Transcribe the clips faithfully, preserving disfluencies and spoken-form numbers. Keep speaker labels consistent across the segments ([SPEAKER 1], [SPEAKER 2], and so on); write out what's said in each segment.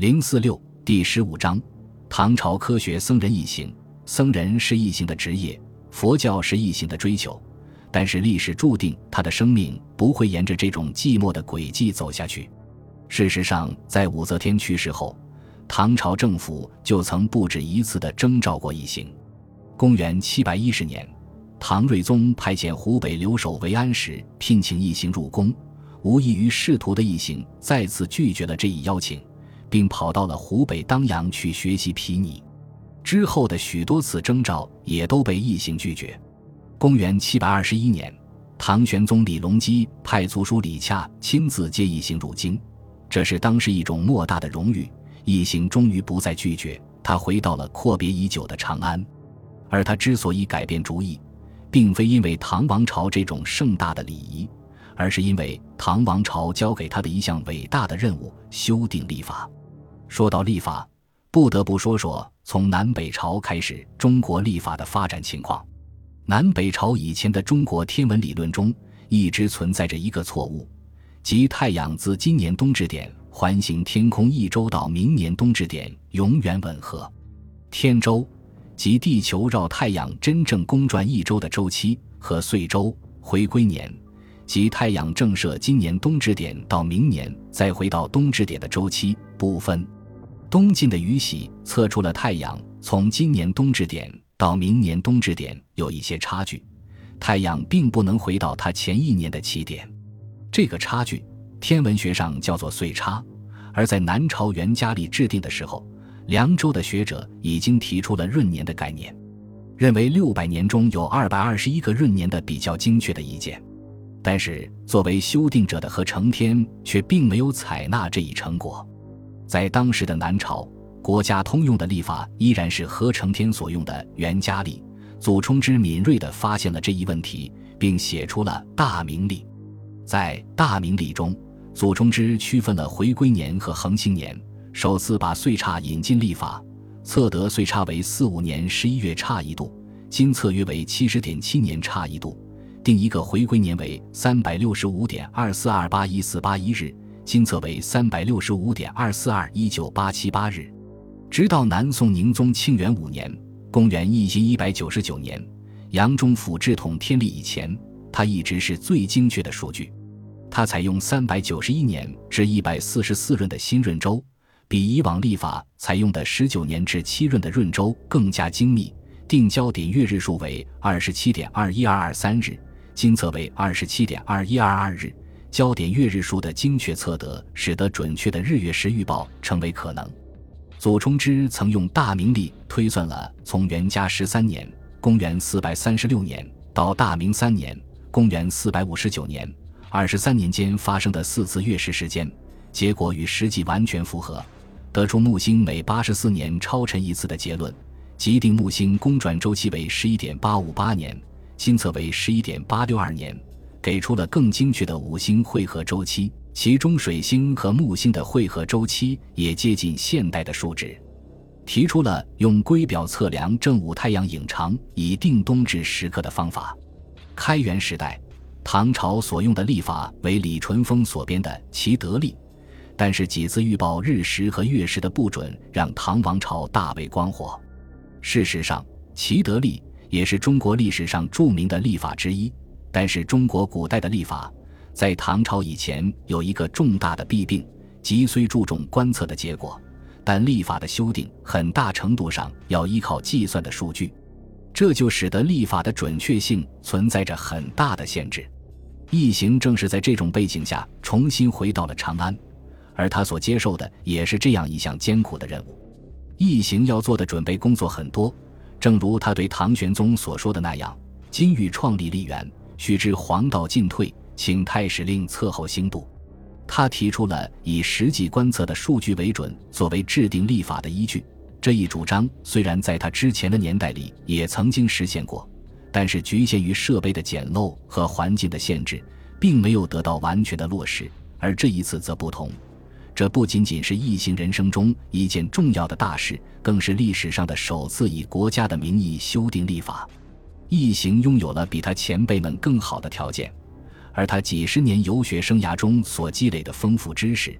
[SPEAKER 1] 零四六第十五章，唐朝科学僧人一行。僧人是异性的职业，佛教是异性的追求，但是历史注定他的生命不会沿着这种寂寞的轨迹走下去。事实上，在武则天去世后，唐朝政府就曾不止一次地征召过异性。公元七百一十年，唐睿宗派遣湖北留守维安时聘请异性入宫，无异于仕途的异性再次拒绝了这一邀请，并跑到了湖北当阳去学习皮拟。之后的许多次征召也都被异性拒绝。公元七百二十一年，唐玄宗李隆基派族叔李洽亲自接异性入京，这是当时一种莫大的荣誉。异性终于不再拒绝他，回到了阔别已久的长安。而他之所以改变主意，并非因为唐王朝这种盛大的礼仪，而是因为唐王朝交给他的一项伟大的任务——修订历法。说到历法，不得不说说从南北朝开始中国历法的发展情况。南北朝以前的中国天文理论中一直存在着一个错误，即太阳自今年冬至点环行天空一周到明年冬至点永远吻合。天周即地球绕太阳真正公转一周的周期，和岁周回归年即太阳正射今年冬至点到明年再回到冬至点的周期不分。东晋的宇喜测出了太阳从今年冬至点到明年冬至点有一些差距，太阳并不能回到它前一年的起点。这个差距天文学上叫做岁差，而在南朝元嘉历制定的时候，凉州的学者已经提出了闰年的概念，认为六百年中有二百二十一个闰年的比较精确的意见。但是作为修订者的何承天却并没有采纳这一成果。在当时的南朝，国家通用的历法依然是何承天所用的元嘉历。祖冲之敏锐地发现了这一问题，并写出了《大明历》。在《大明历》中，祖冲之区分了回归年和恒星年，首次把岁差引进历法，测得岁差为四五年十一月差一度，今测约为 七十点七年差一度，定一个回归年为 三百六十五点二四二八一四八一日，今测为 三百六十五点二四二一九八七八日。直到南宋宁宗庆元五年，公元一千一百九十九年，杨忠甫制统天历以前，它一直是最精确的数据。它采用三百九十一年至一百四十四闰的新闰周，比以往历法采用的十九年至七闰的闰周更加精密，定焦点月日数为 二十七点二一二二三日，今测为 二十七点二一二二日。焦点月日数的精确测得，使得准确的日月食预报成为可能。祖冲之曾用大明历推算了从元嘉十三年公元四百三十六年到大明三年公元四百五十九年二十三年间发生的四次月食时间，结果与实际完全符合，得出木星每八十四年超沉一次的结论，即定木星公转周期为 十一点八五八年，今测为 十一点八六二年，给出了更精确的五星汇合周期，其中水星和木星的汇合周期也接近现代的数值，提出了用圭表测量正午太阳影长以定冬至时刻的方法。开元时代，唐朝所用的历法为李淳风所编的《齐德历》，但是几次预报日食和月食的不准让唐王朝大为光火。事实上，《齐德历》也是中国历史上著名的历法之一，但是中国古代的历法在唐朝以前有一个重大的弊病，即虽注重观测的结果，但历法的修订很大程度上要依靠计算的数据，这就使得历法的准确性存在着很大的限制。异形正是在这种背景下重新回到了长安，而他所接受的也是这样一项艰苦的任务。异形要做的准备工作很多，正如他对唐玄宗所说的那样，今欲创立历元，须知黄道进退，请太史令测候星度。他提出了以实际观测的数据为准作为制定历法的依据，这一主张虽然在他之前的年代里也曾经实现过，但是局限于设备的简陋和环境的限制，并没有得到完全的落实。而这一次则不同，这不仅仅是异形人生中一件重要的大事，更是历史上的首次以国家的名义修订历法。异形拥有了比他前辈们更好的条件，而他几十年游学生涯中所积累的丰富知识，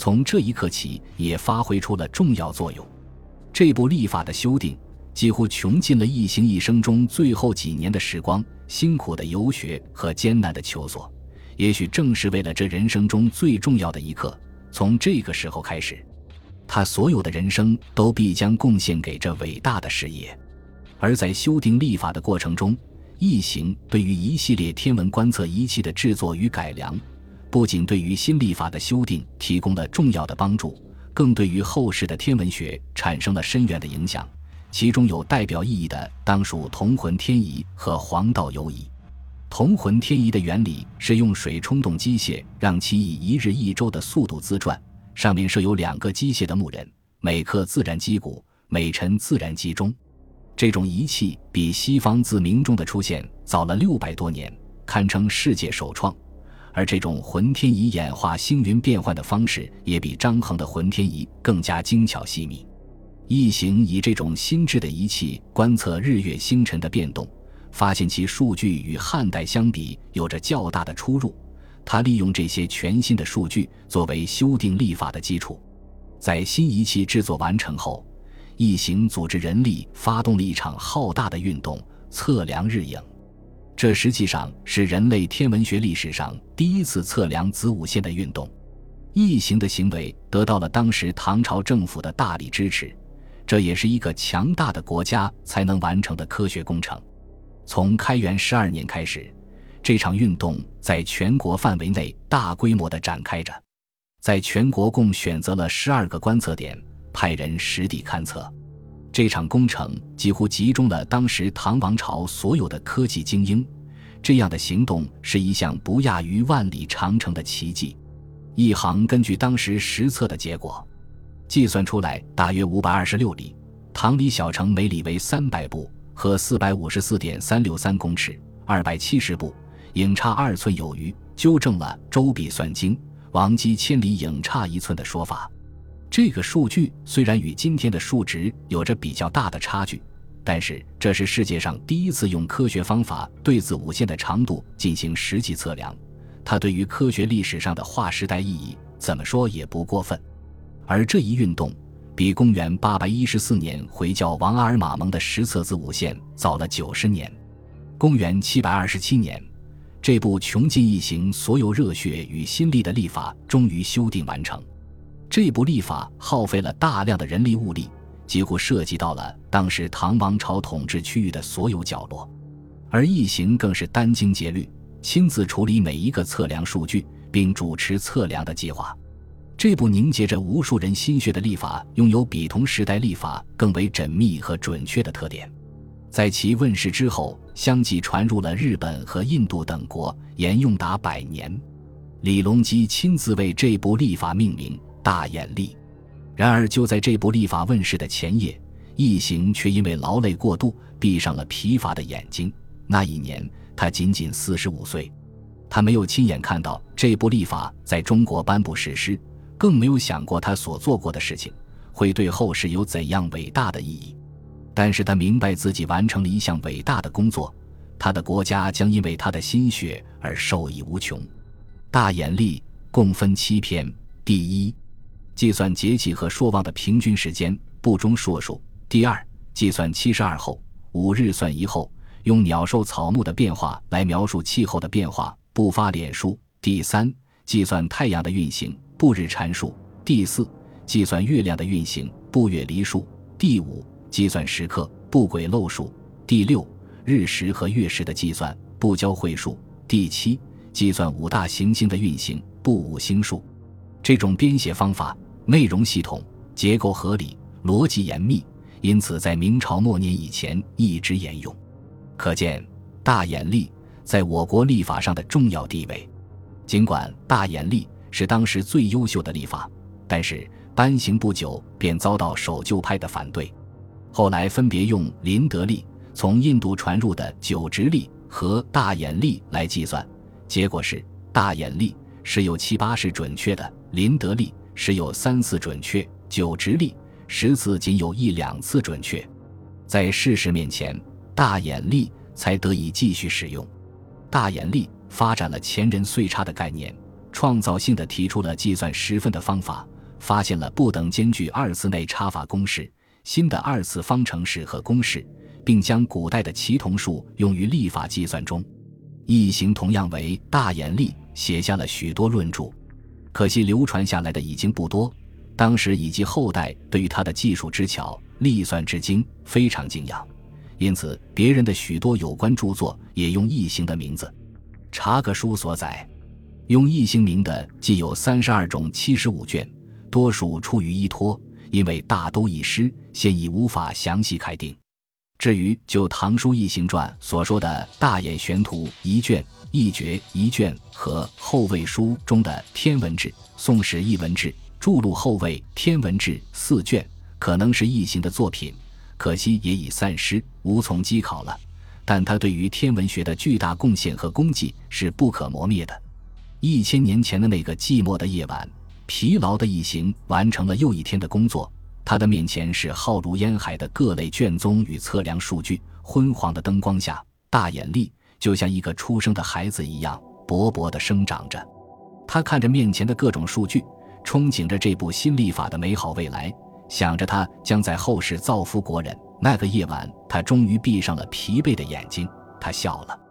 [SPEAKER 1] 从这一刻起也发挥出了重要作用。这部历法的修订几乎穷尽了一行一生中最后几年的时光，辛苦的游学和艰难的求索，也许正是为了这人生中最重要的一刻。从这个时候开始，他所有的人生都必将贡献给这伟大的事业。而在修订历法的过程中，易行对于一系列天文观测仪器的制作与改良，不仅对于新历法的修订提供了重要的帮助，更对于后世的天文学产生了深远的影响。其中有代表意义的当属同浑天仪和黄道游仪。同浑天仪的原理是用水冲动机械让其以一日一周的速度自转，上面设有两个机械的木人，每刻自然击鼓，每晨自然击钟。这种仪器比西方自明钟的出现早了六百多年，堪称世界首创。而这种浑天仪演化星云变换的方式也比张衡的浑天仪更加精巧细密。易行以这种新制的仪器观测日月星辰的变动，发现其数据与汉代相比有着较大的出入。他利用这些全新的数据作为修订历法的基础。在新仪器制作完成后，易行组织人力发动了一场浩大的运动，测量日影。这实际上是人类天文学历史上第一次测量子午线的运动。易行的行为得到了当时唐朝政府的大力支持，这也是一个强大的国家才能完成的科学工程。从开元十二年开始，这场运动在全国范围内大规模地展开着。在全国共选择了十二个观测点，派人实地勘测。这场工程几乎集中了当时唐王朝所有的科技精英，这样的行动是一项不亚于万里长城的奇迹。一行根据当时实测的结果计算出来大约五百二十六里，唐里小城每里为三百步，和 四百五十四点三六三公尺，二百七十步，影差二寸有余，纠正了周笔算经王基千里影差一寸的说法。这个数据虽然与今天的数值有着比较大的差距，但是这是世界上第一次用科学方法对子午线的长度进行实际测量，它对于科学历史上的划时代意义怎么说也不过分。而这一运动比公元八百一十四年回教王阿尔玛蒙的实测子午线早了九十年。公元七百二十七年，这部穷尽一行所有热血与心力的历法终于修订完成。这部历法耗费了大量的人力物力，几乎涉及到了当时唐王朝统治区域的所有角落，而易行更是殚精竭虑，亲自处理每一个测量数据，并主持测量的计划。这部凝结着无数人心血的历法拥有比同时代历法更为缜密和准确的特点。在其问世之后，相继传入了日本和印度等国，沿用达百年。李隆基亲自为这部历法命名大眼历。然而就在这部历法问世的前夜，易行却因为劳累过度闭上了疲乏的眼睛。那一年他仅仅四十五岁，他没有亲眼看到这部历法在中国颁布实施，更没有想过他所做过的事情会对后世有怎样伟大的意义。但是他明白自己完成了一项伟大的工作，他的国家将因为他的心血而受益无穷。大眼历共分七篇。第一，计算节气和朔望的平均时间，不中朔数。第二，计算七十二候，五日算一候，用鸟兽草木的变化来描述气候的变化，不发脸数。第三，计算太阳的运行，不日阐述。第四，计算月亮的运行，不月离数。第五，计算时刻，不轨漏数。第六，日食和月食的计算，不交汇数。第七，计算五大行星的运行，不五星数。这种编写方法内容系统，结构合理，逻辑严密，因此在明朝末年以前一直沿用。可见大眼历在我国历法上的重要地位。尽管大眼历是当时最优秀的历法，但是颁行不久便遭到守旧派的反对。后来分别用林德历、从印度传入的九直历和大眼历来计算，结果是大眼历时有七八是准确的，林德历时有三次准确，九直历十次仅有一两次准确。在事实面前，大眼历才得以继续使用。大眼历发展了前人岁差的概念，创造性地提出了计算时分的方法， 发现了不等间距二次内插法公式、新的二次方程式和公式，并将古代的奇同数用于历法计算中。异形同样为大眼力写下了许多论著，可惜流传下来的已经不多，当时以及后代对于他的技术之巧、历算之精非常敬仰，因此别人的许多有关著作也用异形的名字。查个书所载，用异形名的既有三十二种七十五卷，多数出于依托，因为大都遗失，现已无法详细开定。至于就《唐书异形传》所说的大眼玄图一卷、一诀一卷和后魏书中的天文志、宋史艺文志、著录后魏天文志四卷，可能是异形的作品，可惜也已散失，无从稽考了。但他对于天文学的巨大贡献和功绩是不可磨灭的。一千年前的那个寂寞的夜晚，疲劳的异形完成了又一天的工作，他的面前是浩如烟海的各类卷宗与测量数据，昏黄的灯光下，大眼力就像一个出生的孩子一样勃勃地生长着。他看着面前的各种数据，憧憬着这部新历法的美好未来，想着他将在后世造福国人。那个夜晚，他终于闭上了疲惫的眼睛，他笑了。